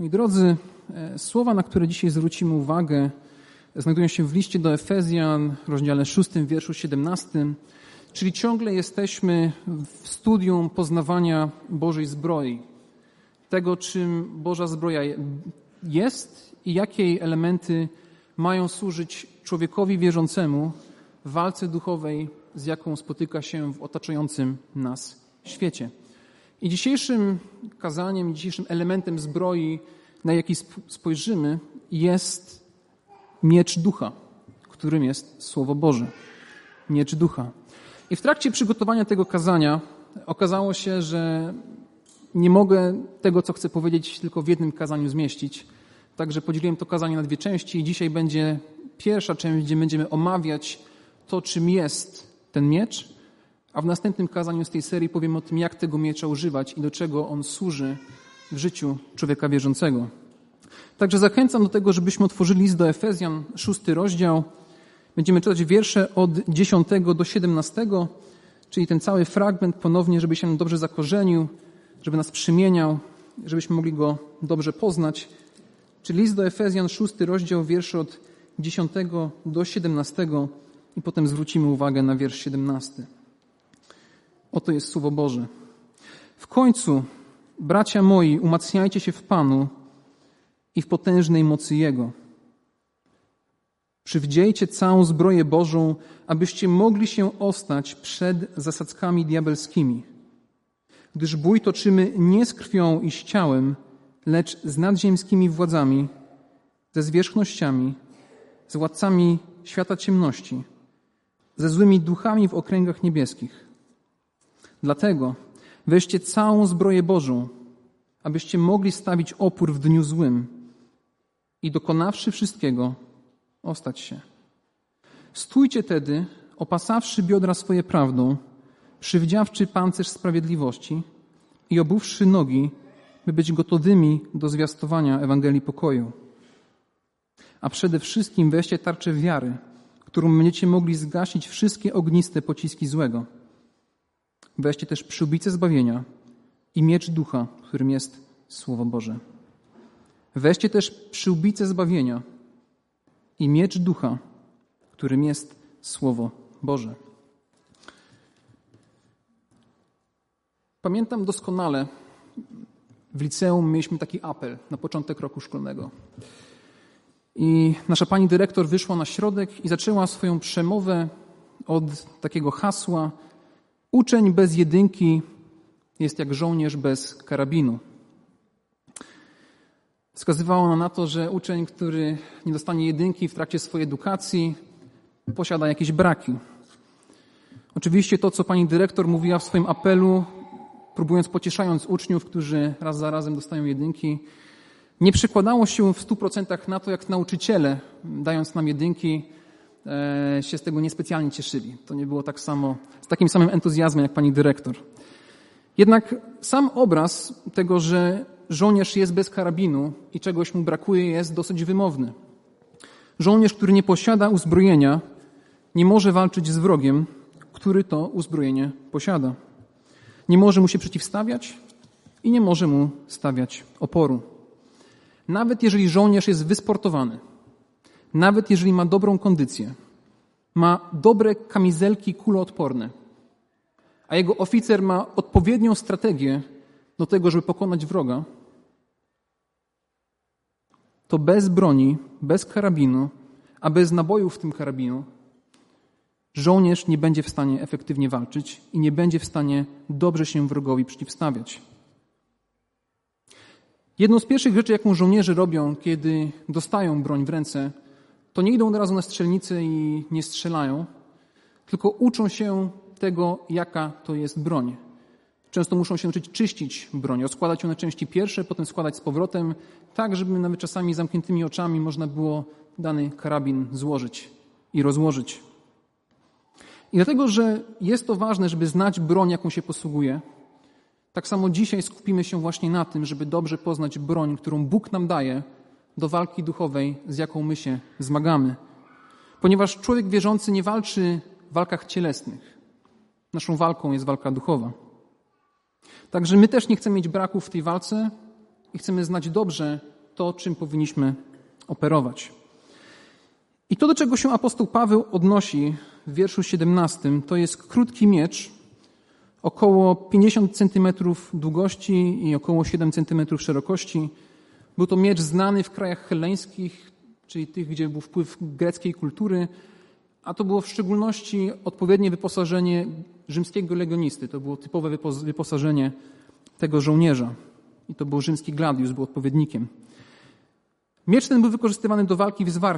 Moi drodzy, słowa, na które dzisiaj zwrócimy uwagę, znajdują się w liście do Efezjan, w rozdziale 6, wierszu 17, czyli ciągle jesteśmy w studium poznawania Bożej zbroi, tego, czym Boża zbroja jest i jakie jej elementy mają służyć człowiekowi wierzącemu w walce duchowej, z jaką spotyka się w otaczającym nas świecie. I dzisiejszym kazaniem, dzisiejszym elementem zbroi, na jaki spojrzymy, jest miecz ducha, którym jest Słowo Boże. Miecz ducha. I w trakcie przygotowania tego kazania okazało się, że nie mogę tego, co chcę powiedzieć, tylko w jednym kazaniu zmieścić. Także podzieliłem to kazanie na dwie części i dzisiaj będzie pierwsza część, gdzie będziemy omawiać to, czym jest ten miecz, a w następnym kazaniu z tej serii powiem o tym, jak tego miecza używać i do czego on służy w życiu człowieka wierzącego. Także zachęcam do tego, żebyśmy otworzyli list do Efezjan, 6 rozdział. Będziemy czytać wiersze od 10 do 17, czyli ten cały fragment ponownie, żeby się dobrze zakorzenił, żeby nas przemieniał, żebyśmy mogli go dobrze poznać. Czyli list do Efezjan, 6 rozdział, wiersze od 10 do 17 i potem zwrócimy uwagę na wiersz 17. Oto jest Słowo Boże. W końcu, bracia moi, umacniajcie się w Panu i w potężnej mocy Jego. Przywdziejcie całą zbroję Bożą, abyście mogli się ostać przed zasadzkami diabelskimi. Gdyż bój toczymy nie z krwią i z ciałem, lecz z nadziemskimi władzami, ze zwierzchnościami, z władcami świata ciemności, ze złymi duchami w okręgach niebieskich. Dlatego weźcie całą zbroję Bożą, abyście mogli stawić opór w dniu złym i dokonawszy wszystkiego, ostać się. Stójcie tedy, opasawszy biodra swoje prawdą, przywdziawszy pancerz sprawiedliwości i obuwszy nogi, by być gotowymi do zwiastowania Ewangelii pokoju. A przede wszystkim weźcie tarczę wiary, którą będziecie mogli zgasić wszystkie ogniste pociski złego. Weźcie też przyłbicę zbawienia i miecz ducha, którym jest Słowo Boże. Weźcie też przyłbicę zbawienia i miecz ducha, którym jest Słowo Boże. Pamiętam doskonale, w liceum mieliśmy taki apel na początek roku szkolnego. I nasza pani dyrektor wyszła na środek i zaczęła swoją przemowę od takiego hasła: uczeń bez jedynki jest jak żołnierz bez karabinu. Wskazywała ona na to, że uczeń, który nie dostanie jedynki w trakcie swojej edukacji, posiada jakieś braki. Oczywiście to, co pani dyrektor mówiła w swoim apelu, pocieszając uczniów, którzy raz za razem dostają jedynki, nie przekładało się w 100% na to, jak nauczyciele, dając nam jedynki, się z tego niespecjalnie cieszyli. To nie było tak samo, z takim samym entuzjazmem jak pani dyrektor. Jednak sam obraz tego, że żołnierz jest bez karabinu i czegoś mu brakuje, jest dosyć wymowny. Żołnierz, który nie posiada uzbrojenia, nie może walczyć z wrogiem, który to uzbrojenie posiada. Nie może mu się przeciwstawiać i nie może mu stawiać oporu. Nawet jeżeli żołnierz jest wysportowany, nawet jeżeli ma dobrą kondycję, ma dobre kamizelki kuloodporne, a jego oficer ma odpowiednią strategię do tego, żeby pokonać wroga, to bez broni, bez karabinu, a bez nabojów w tym karabinu, żołnierz nie będzie w stanie efektywnie walczyć i nie będzie w stanie dobrze się wrogowi przeciwstawiać. Jedną z pierwszych rzeczy, jaką żołnierze robią, kiedy dostają broń w ręce, to nie idą od razu na strzelnicę i nie strzelają, tylko uczą się tego, jaka to jest broń. Często muszą się nauczyć czyścić broń, rozkładać ją na części pierwsze, potem składać z powrotem, tak żeby nawet czasami zamkniętymi oczami można było dany karabin złożyć i rozłożyć. I dlatego, że jest to ważne, żeby znać broń, jaką się posługuje, tak samo dzisiaj skupimy się właśnie na tym, żeby dobrze poznać broń, którą Bóg nam daje do walki duchowej, z jaką my się zmagamy. Ponieważ człowiek wierzący nie walczy w walkach cielesnych. Naszą walką jest walka duchowa. Także my też nie chcemy mieć braków w tej walce i chcemy znać dobrze to, czym powinniśmy operować. I to, do czego się apostoł Paweł odnosi w wierszu 17, to jest krótki miecz, około 50 cm długości i około 7 cm szerokości. Był to miecz znany w krajach helleńskich, czyli tych, gdzie był wpływ greckiej kultury, a to było w szczególności odpowiednie wyposażenie rzymskiego legionisty. To było typowe wyposażenie tego żołnierza. I to był rzymski gladius, był odpowiednikiem. Miecz ten był wykorzystywany do walki w zwarciu.